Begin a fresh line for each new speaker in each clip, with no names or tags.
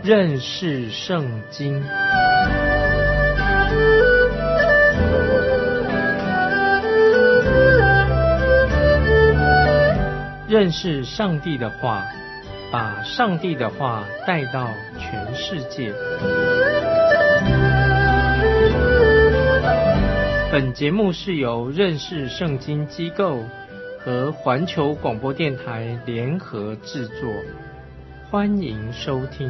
认识圣经。认识上帝的话，把上帝的话带到全世界。本节目是由认识圣经机构和环球广播电台联合制作，欢迎收听。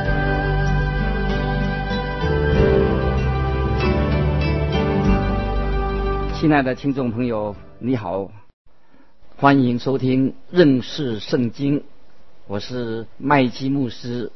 亲爱的听众朋友，你好，欢迎收听认识圣经，我是麦基牧师。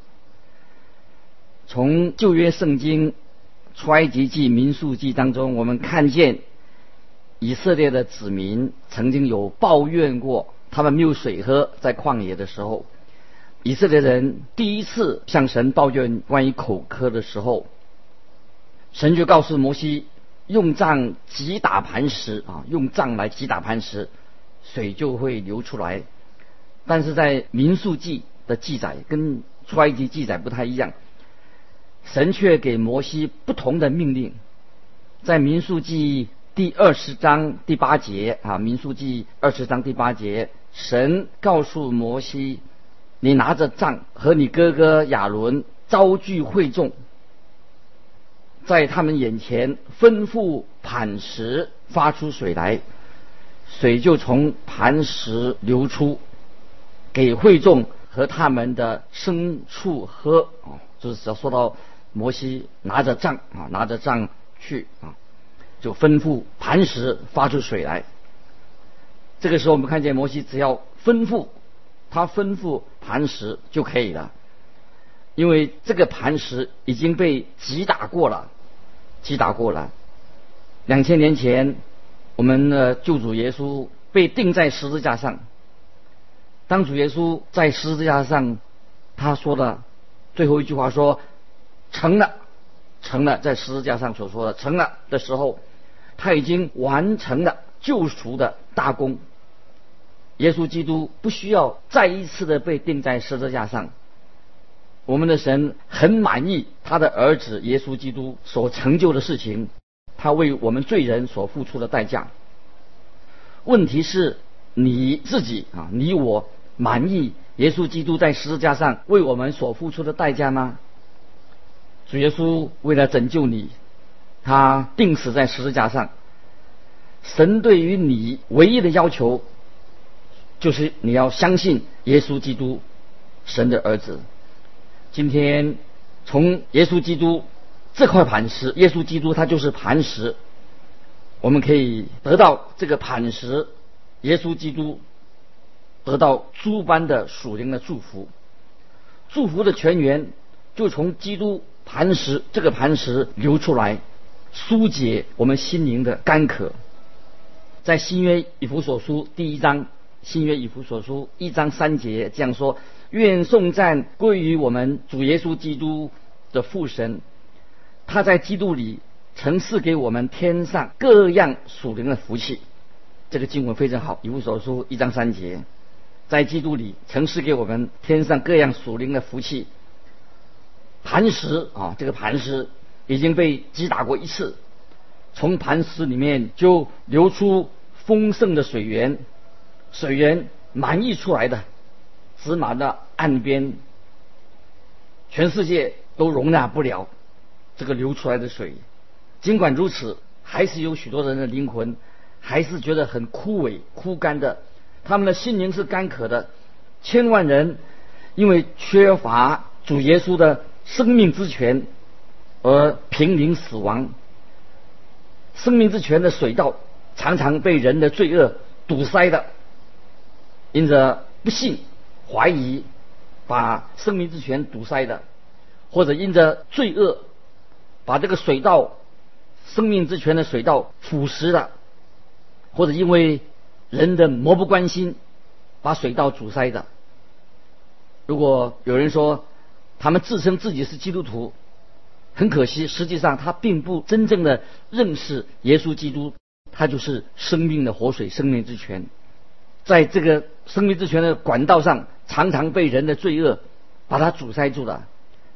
从旧约圣经出埃及记、民数记当中，我们看见以色列的子民曾经有抱怨过他们没有水喝，在旷野的时候，以色列人第一次向神抱怨关于口渴的时候，神就告诉摩西用杖击打磐石用杖来击打磐石，水就会流出来。但是在民数记的记载跟出埃及记载不太一样，神却给摩西不同的命令。在民数记第20章第8节民数记20章第8节，神告诉摩西，你拿着杖和你哥哥亚伦招聚会众，在他们眼前吩咐磐石发出水来，水就从磐石流出，给会众和他们的牲畜喝。就是说到摩西拿着杖去就吩咐磐石发出水来。这个时候我们看见摩西只要吩咐磐石就可以了，因为这个磐石已经被击打过了。2000年前，我们的救主耶稣被钉在十字架上。当主耶稣在十字架上，他说的最后一句话说成了，在十字架上所说的成了的时候，他已经完成了救赎的大功。耶稣基督不需要再一次的被钉在十字架上。我们的神很满意他的儿子耶稣基督所成就的事情，他为我们罪人所付出的代价。问题是你自己你我满意耶稣基督在十字架上为我们所付出的代价吗？主耶稣为了拯救你，他钉死在十字架上。神对于你唯一的要求就是你要相信耶稣基督，神的儿子。今天从耶稣基督这块磐石，耶稣基督他就是磐石，我们可以得到这个磐石，耶稣基督得到诸般的属灵的祝福。祝福的泉源就从基督这个磐石流出来，疏解我们心灵的干渴。在新约以弗所书第1章，新约以弗所书1章3节这样说：愿颂赞归于我们主耶稣基督的父神，他在基督里曾赐给我们天上各样属灵的福气。这个经文非常好，以弗所书1章3节，在基督里曾赐给我们天上各样属灵的福气。磐石这个磐石已经被击打过一次，从磐石里面就流出丰盛的水源，水源满溢出来的，直满了岸边，全世界都容纳不了这个流出来的水。尽管如此，还是有许多人的灵魂还是觉得很枯萎枯干的，他们的心灵是干渴的。千万人因为缺乏主耶稣的生命之泉而濒临死亡。生命之泉的水道常常被人的罪恶堵塞的，因着不信怀疑把生命之泉堵塞的，或者因着罪恶把这个水道生命之泉的水道腐蚀了，或者因为人的漠不关心把水道阻塞的。如果有人说他们自称自己是基督徒，很可惜，实际上他并不真正的认识耶稣基督，他就是生命的活水，生命之泉。在这个生命之泉的管道上，常常被人的罪恶把它阻塞住了。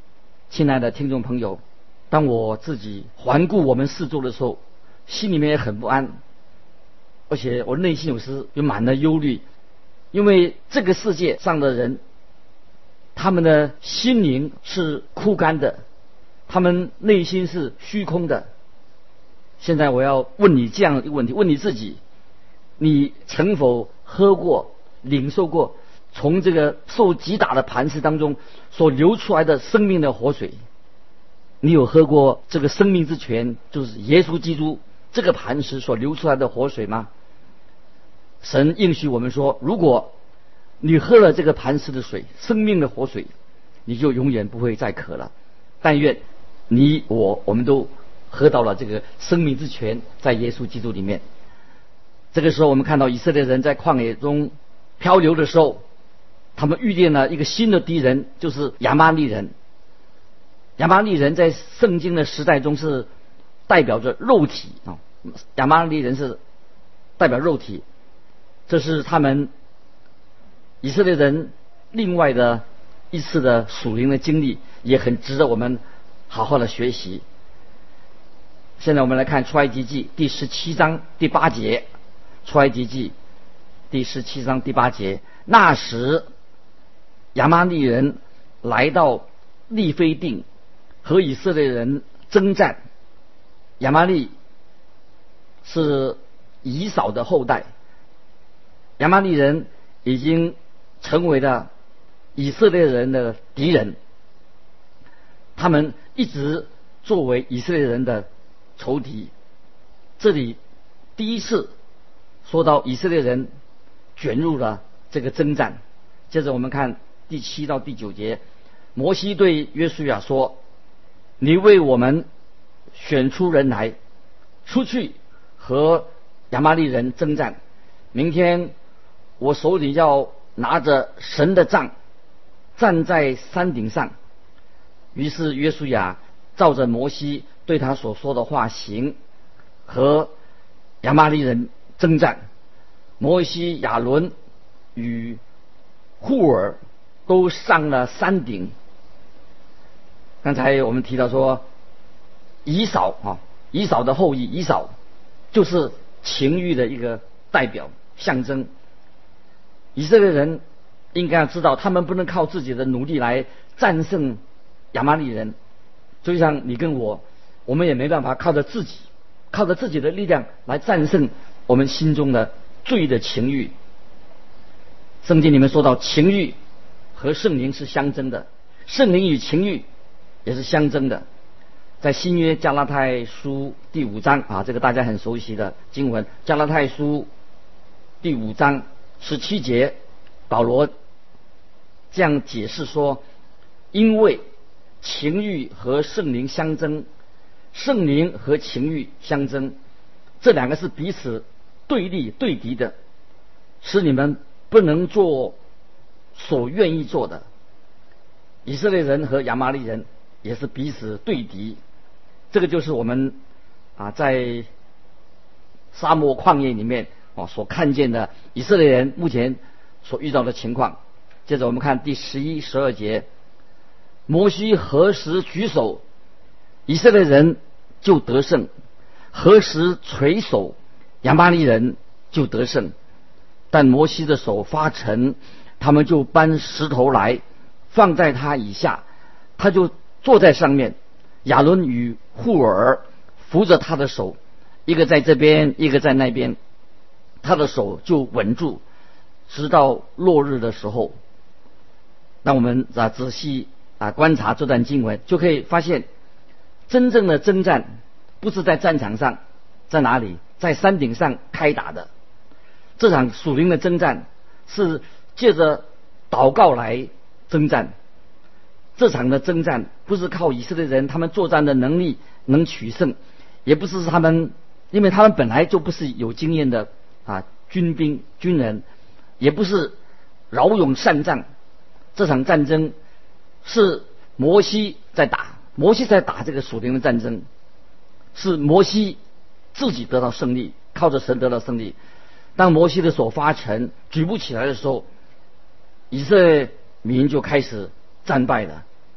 亲爱的听众朋友，当我自己环顾我们四周的时候，心里面也很不安，而且我内心有时又满了忧虑，因为这个世界上的人，他们的心灵是枯干的，他们内心是虚空的。现在我要问你这样一个问题，问你自己，你曾否喝过、领受过从这个受击打的磐石当中所流出来的生命的活水？你有喝过这个生命之泉，就是耶稣基督这个磐石所流出来的活水吗？神应许我们说，如果你喝了这个磐石的水，生命的活水，你就永远不会再渴了。但愿你我们都喝到了这个生命之泉，在耶稣基督里面。这个时候我们看到以色列人在旷野中漂流的时候，他们遇见了一个新的敌人，就是亚玛力人。亚玛力人在圣经的时代中是代表着肉体啊，亚玛力人是代表肉体，这是他们以色列人另外的一次的属灵的经历，也很值得我们好好的学习。现在我们来看出埃及记第17章第8节，出埃及记第17章第8节，那时亚玛力人来到利非定，和以色列人征战。亚玛力是以扫的后代，亚玛力人已经成为了以色列人的敌人，他们一直作为以色列人的仇敌。这里第一次说到以色列人卷入了这个征战。接着我们看第7到第9节，摩西对约书亚说，你为我们选出人来，出去和亚玛力人征战。明天我手里要拿着神的杖，站在山顶上。于是约书亚照着摩西对他所说的话行，和亚玛力人征战。摩西、亚伦与户尔都上了山顶。刚才我们提到说，以扫的后裔，以扫就是情欲的一个代表象征。以色列人应该要知道，他们不能靠自己的努力来战胜亚玛力人，就像你跟我们也没办法靠着自己的力量来战胜我们心中的罪的情欲。圣经里面说到，情欲和圣灵是相争的，圣灵与情欲也是相争的。在新约加拉太书第5章这个大家很熟悉的经文，加拉太书第5章17节，保罗这样解释说，因为情欲和圣灵相争，圣灵和情欲相争，这两个是彼此对立对敌的，使你们不能做所愿意做的。以色列人和亚玛力人也是彼此对敌，这个就是我们在沙漠旷野里面所看见的以色列人目前所遇到的情况。接着我们看第11、12节，摩西何时举手，以色列人就得胜；何时垂手，亚玛力人就得胜。但摩西的手发沉，他们就搬石头来放在他以下，他就坐在上面。亚伦与户尔扶着他的手，一个在这边，一个在那边，他的手就稳住，直到落日的时候。当我们仔细观察这段经文，就可以发现，真正的征战不是在战场上，在哪里？在山顶上开打的。这场属灵的征战是借着祷告来征战。这场的征战不是靠以色列人他们作战的能力能取胜，也不是他们，因为他们本来就不是有经验的军人，也不是骁勇善战。这场战争是摩西在打这个属灵的战争，是摩西自己得到胜利，靠着神得到胜利。当摩西的手发沉举不起来的时候，以色列民就开始战败了。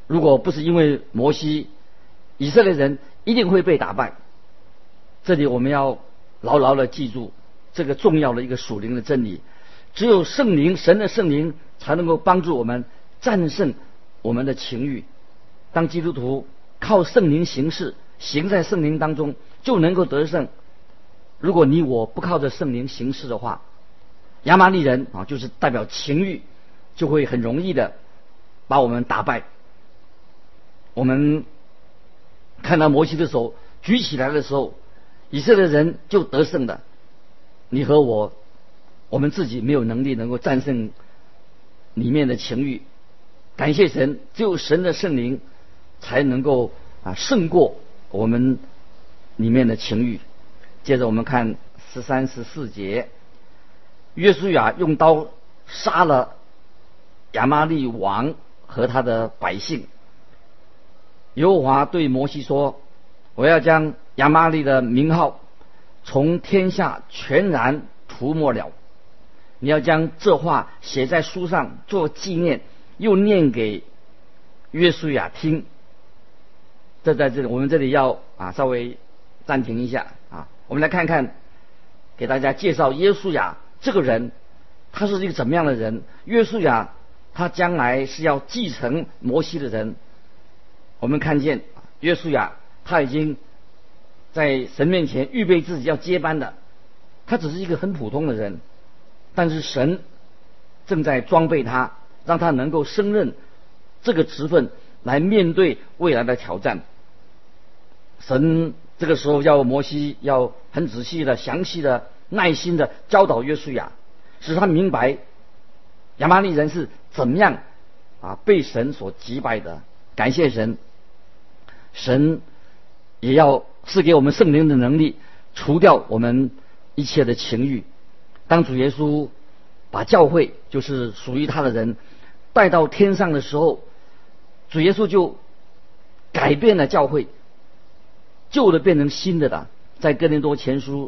如果不是因为摩西，以色列人一定会被打败。这里我们要牢牢的记住这个重要的一个属灵的真理，只有圣灵，神的圣灵才能够帮助我们战胜我们的情欲。当基督徒靠圣灵行事，行在圣灵当中，就能够得胜。如果你我不靠着圣灵行事的话，亚玛力人就是代表情欲，就会很容易的把我们打败。我们看到摩西的手举起来的时候，以色列人就得胜了。你和我们自己没有能力能够战胜里面的情欲，感谢神，只有神的圣灵才能够胜过我们里面的情欲。接着我们看13、14节，约书亚用刀杀了亚玛力王和他的百姓。耶和华对摩西说，我要将亚玛力的名号从天下全然涂抹了。你要将这话写在书上做纪念，又念给约书亚听。这在这里，我们这里要稍微暂停一下我们来看看，给大家介绍约书亚这个人，他是一个怎么样的人。约书亚他将来是要继承摩西的人。我们看见约书亚他已经在神面前预备自己要接班的，他只是一个很普通的人，但是神正在装备他，让他能够胜任这个职分，来面对未来的挑战。神这个时候要摩西要很仔细的、详细的、耐心的教导约书亚，使他明白亚玛力人是怎么样被神所击败的。感谢神，神也要赐给我们圣灵的能力，除掉我们一切的情欲。当主耶稣把教会，就是属于他的人带到天上的时候，主耶稣就改变了教会，旧的变成新的了。在哥林多前书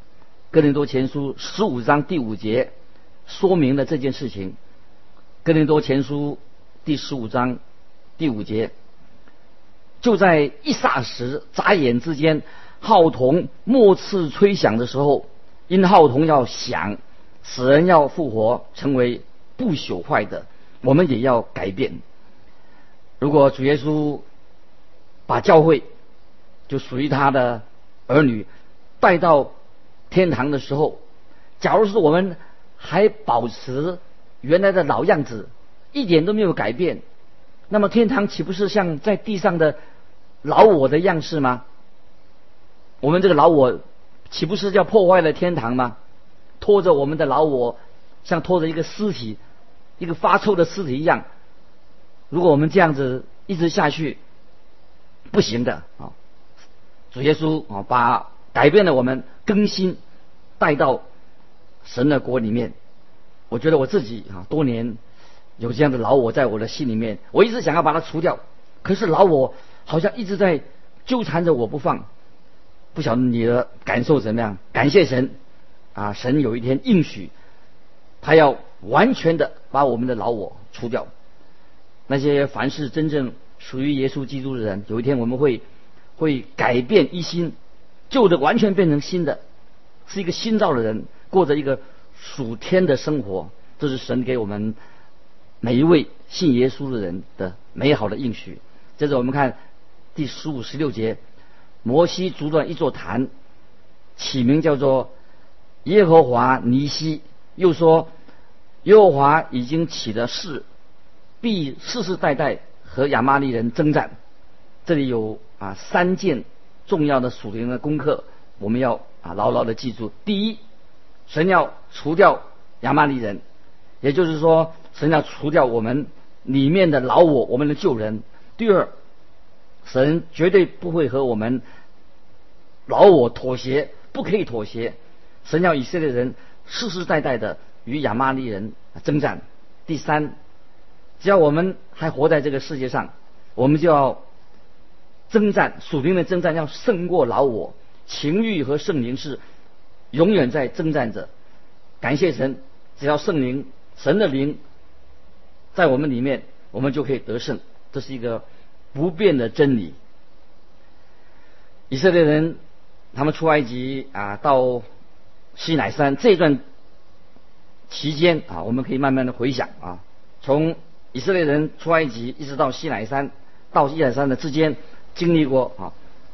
15章第5节说明了这件事情。哥林多前书第15章第5节，就在一霎时眨眼之间，号筒末次吹响的时候，因号筒要响，死人要复活，成为不朽坏的，我们也要改变。如果主耶稣把教会，就属于他的儿女带到天堂的时候，假如是我们还保持原来的老样子，一点都没有改变，那么天堂岂不是像在地上的老我的样式吗？我们这个老我岂不是要破坏了天堂吗？拖着我们的老我，像拖着一个尸体，一个发臭的尸体一样。如果我们这样子一直下去，不行的主耶稣把改变了我们，更新带到神的国里面。我觉得我自己多年有这样的老我在我的心里面，我一直想要把它除掉，可是老我好像一直在纠缠着我不放。不晓得你的感受怎么样？感谢神神有一天应许，他要完全的把我们的老我除掉。那些凡是真正属于耶稣基督的人，有一天我们会改变一新，旧的完全变成新的，是一个新造的人，过着一个属天的生活。这是神给我们每一位信耶稣的人的美好的应许。接着我们看第15、16节，摩西筑了一座坛，起名叫做耶和华尼西，又说耶和华已经起了誓，必世世代代和亚玛力人征战。这里有3件重要的属灵的功课，我们要牢牢的记住。第一，神要除掉亚玛力人，也就是说神要除掉我们里面的老我，我们的旧人。第二，神绝对不会和我们老我妥协，不可以妥协。神要以色列人世世代代的与亚玛力人征战。第三，只要我们还活在这个世界上，我们就要征战，属灵的征战要胜过老我。情欲和圣灵是永远在征战着。感谢神，只要圣灵，神的灵在我们里面，我们就可以得胜。 这是一个不变的真理。以色列人他们出埃及到西乃山这段期间我们可以慢慢的回想从以色列人出埃及一直到西乃山的之间经历过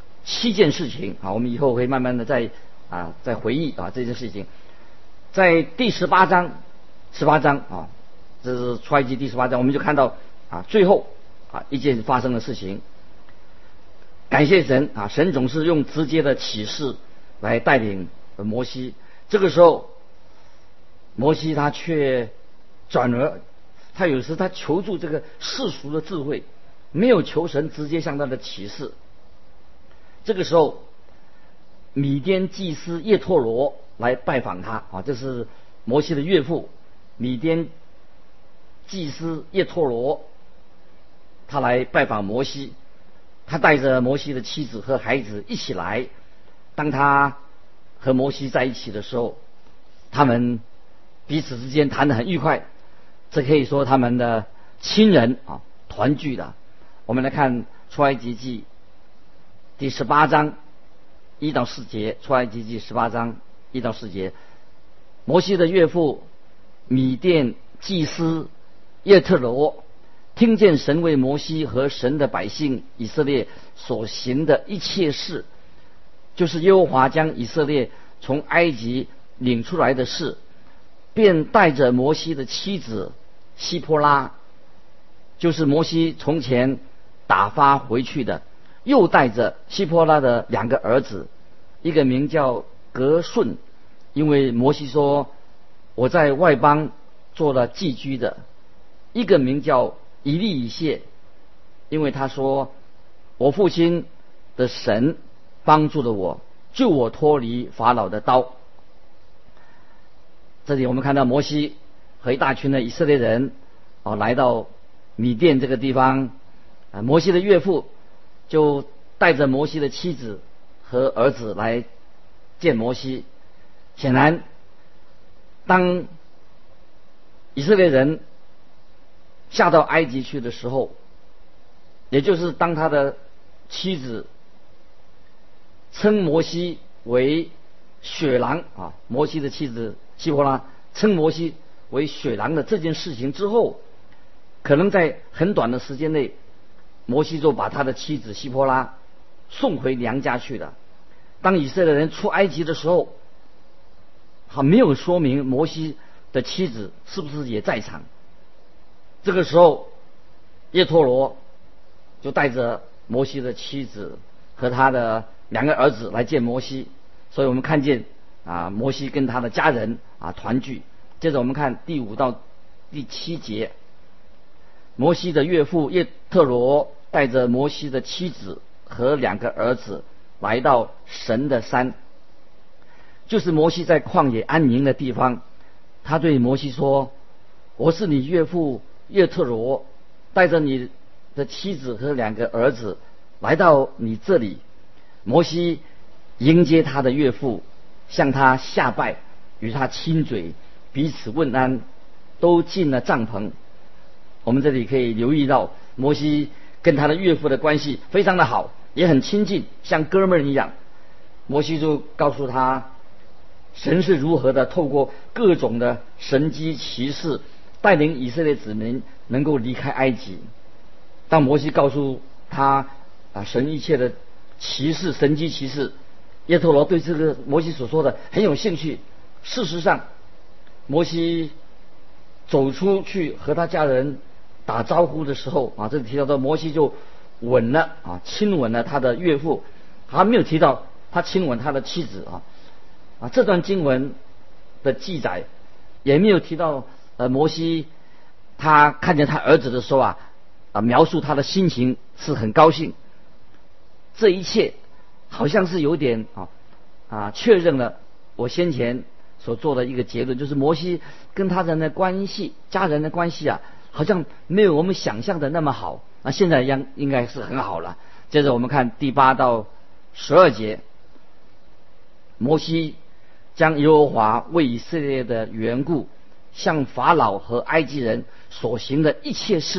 7件事情我们以后会慢慢的再回忆这件事情。在第18章这是出埃及第18章，我们就看到最后一件发生的事情。感谢神神总是用直接的启示来带领摩西。这个时候摩西他却转而他有时他求助这个世俗的智慧，没有求神直接向他的启示。这个时候米甸祭司叶忒罗来拜访他这是摩西的岳父。米甸祭司叶忒罗他来拜访摩西，他带着摩西的妻子和孩子一起来。当他和摩西在一起的时候，他们彼此之间谈得很愉快，这可以说他们的亲人团聚的。我们来看出埃及记第18章1到4节。出埃及记18章1到4节，摩西的岳父米甸祭司叶忒罗听见神为摩西和神的百姓以色列所行的一切事，就是耶和华将以色列从埃及领出来的事，便带着摩西的妻子希波拉，就是摩西从前打发回去的，又带着希波拉的2个儿子，一个名叫革顺，因为摩西说我在外邦做了寄居的；一个名叫以利以谢，因为他说我父亲的神帮助了我，救我脱离法老的刀。这里我们看到摩西和一大群的以色列人来到米甸这个地方。摩西的岳父就带着摩西的妻子和儿子来见摩西。显然当以色列人下到埃及去的时候，也就是当他的妻子称摩西为血狼摩西的妻子希波拉称摩西为血狼的这件事情之后，可能在很短的时间内，摩西就把他的妻子希波拉送回娘家去了。当以色列人出埃及的时候，还没有说明摩西的妻子是不是也在场。这个时候叶忒罗就带着摩西的妻子和他的2个儿子来见摩西，所以我们看见摩西跟他的家人团聚。接着我们看第5到第7节，摩西的岳父叶忒罗带着摩西的妻子和2个儿子来到神的山，就是摩西在旷野安营的地方。他对摩西说，我是你岳父叶忒罗，带着你的妻子和2个儿子来到你这里。摩西迎接他的岳父，向他下拜，与他亲嘴，彼此问安，都进了帐篷。我们这里可以留意到摩西跟他的岳父的关系非常的好，也很亲近，像哥们儿一样。摩西就告诉他神是如何的透过各种的神迹奇事带领以色列子民能够离开埃及。当摩西告诉他神一切的奇事神迹奇事，叶忒罗对这个摩西所说的很有兴趣。事实上摩西走出去和他家人打招呼的时候这里提到的摩西就亲吻了他的岳父，还没有提到他亲吻他的妻子这段经文的记载也没有提到摩西他看见他儿子的时候描述他的心情是很高兴。这一切好像是有点确认了我先前所做的一个结论，就是摩西跟他人的关系家人的关系好像没有我们想象的那么好，现在应该是很好了。接着我们看第8到12节，摩西将耶和华为以色列的缘故向法老和埃及人所行的一切事，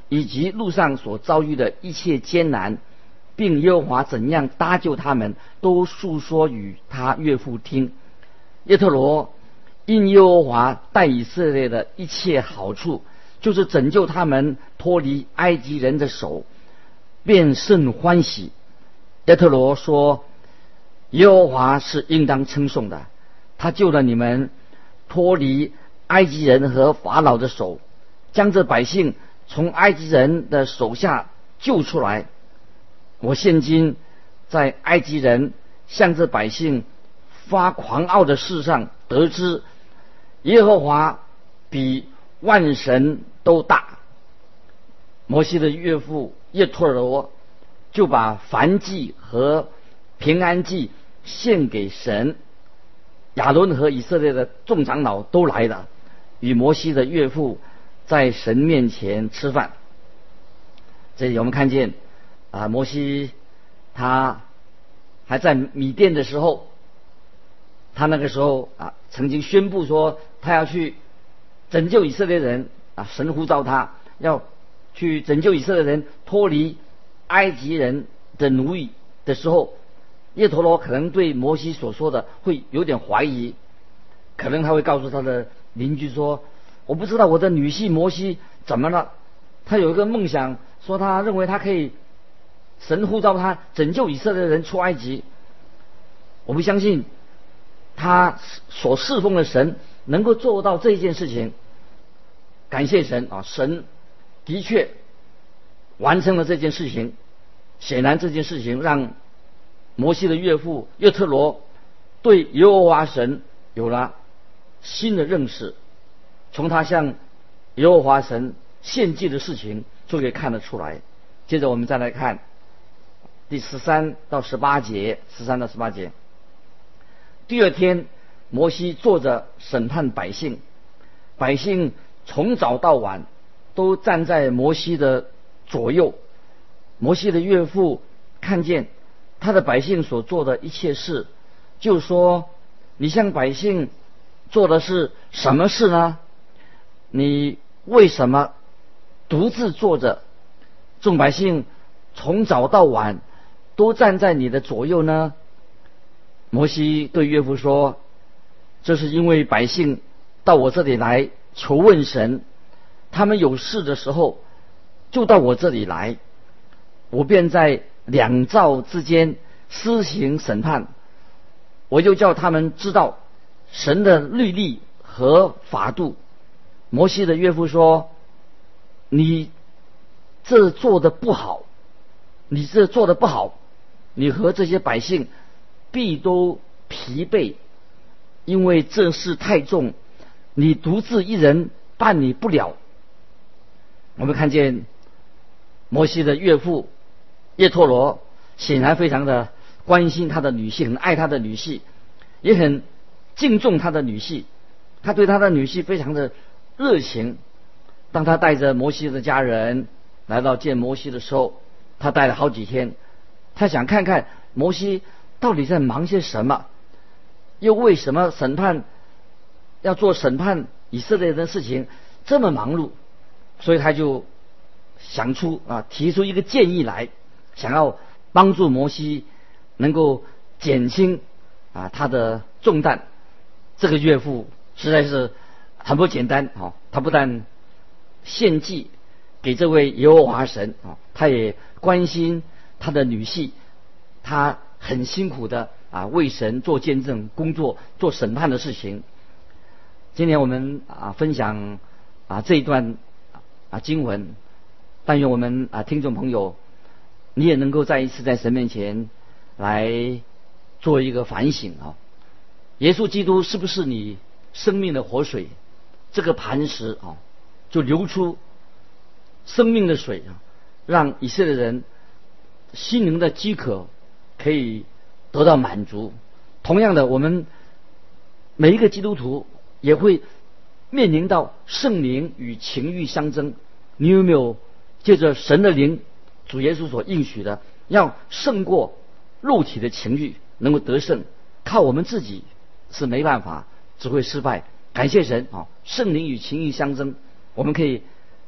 以及路上所遭遇的一切艰难，并耶和华怎样搭救他们，都述说与他岳父听。耶特罗因耶和华待以色列的一切好处，就是拯救他们脱离埃及人的手，便甚欢喜。耶特罗说：耶和华是应当称颂的，他救了你们脱离埃及人和法老的手，将这百姓从埃及人的手下救出来。我现今在埃及人向这百姓发狂傲的事上得知，耶和华比万神都大。摩西的岳父叶忒罗就把燔祭和平安祭献给神。亚伦和以色列的众长老都来了，与摩西的岳父在神面前吃饭。这里我们看见摩西他还在米甸的时候，他那个时候曾经宣布说他要去拯救以色列人神呼召他要去拯救以色列人脱离埃及人的奴役的时候，叶陀罗可能对摩西所说的会有点怀疑，可能他会告诉他的邻居说：我不知道我的女婿摩西怎么了，他有一个梦想，说他认为他可以神呼召他拯救以色列人出埃及。我不相信他所侍奉的神能够做到这一件事情。感谢神神的确完成了这件事情。显然这件事情让摩西的岳父叶特罗对耶和华神有了新的认识。从他向耶和华神献祭的事情就可以看得出来。接着我们再来看第13到18节。13到18节，第二天摩西坐着审判百姓，百姓从早到晚都站在摩西的左右。摩西的岳父看见他的百姓所做的一切事，就说：你向百姓做的是什么事呢？你为什么独自坐着？众百姓从早到晚都站在你的左右呢？摩西对岳父说：这是因为百姓到我这里来求问神，他们有事的时候就到我这里来，我便在两造之间施行审判。我就叫他们知道神的律例和法度。摩西的岳父说：你这做的不好，你这做的不好，你和这些百姓必都疲惫，因为这事太重，你独自一人办理不了。我们看见摩西的岳父叶忒罗显然非常的关心他的女婿，很爱他的女婿，也很敬重他的女婿。他对他的女婿非常的热情。当他带着摩西的家人来到见摩西的时候，他待了好几天。他想看看摩西到底在忙些什么，又为什么要做审判以色列人的事情这么忙碌。所以他就提出一个建议来，想要帮助摩西能够减轻他的重担。这个岳父实在是很不简单他不但献祭给这位耶和华神他也关心他的女婿，他很辛苦的为神做见证工作，做审判的事情。今天我们分享这一段经文，但愿我们听众朋友你也能够再一次在神面前来做一个反省耶稣基督是不是你生命的活水？这个磐石就流出生命的水让以色列人心灵的饥渴可以得到满足。同样的，我们每一个基督徒也会面临到圣灵与情欲相争。你有没有借着神的灵，主耶稣所应许的，要胜过肉体的情欲，能够得胜？靠我们自己是没办法，只会失败。感谢神圣灵与情欲相争，我们可以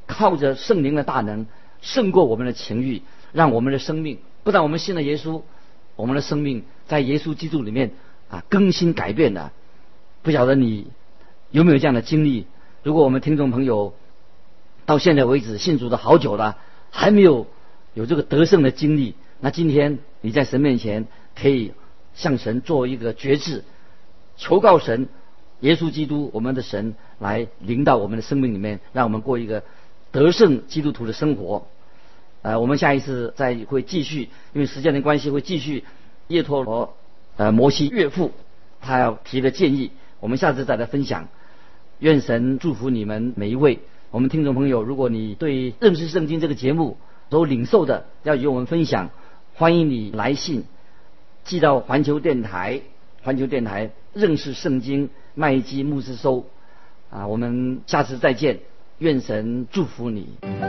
靠着圣灵的大能胜过我们的情欲，让我们的生命不但我们信了耶稣，我们的生命在耶稣基督里面更新改变了。不晓得你有没有这样的经历？如果我们听众朋友到现在为止信主的好久了，还没有这个得胜的经历，那今天你在神面前可以向神做一个决志，求告神，耶稣基督我们的神来临到我们的生命里面，让我们过一个得胜基督徒的生活。我们下一次再会继续，因为时间的关系会继续叶忒罗摩西岳父他要提的建议，我们下次再来分享。愿神祝福你们每一位。我们听众朋友，如果你对认识圣经这个节目有领受的，要与我们分享，欢迎你来信寄到环球电台认识圣经麦基牧师收。我们下次再见，愿神祝福你。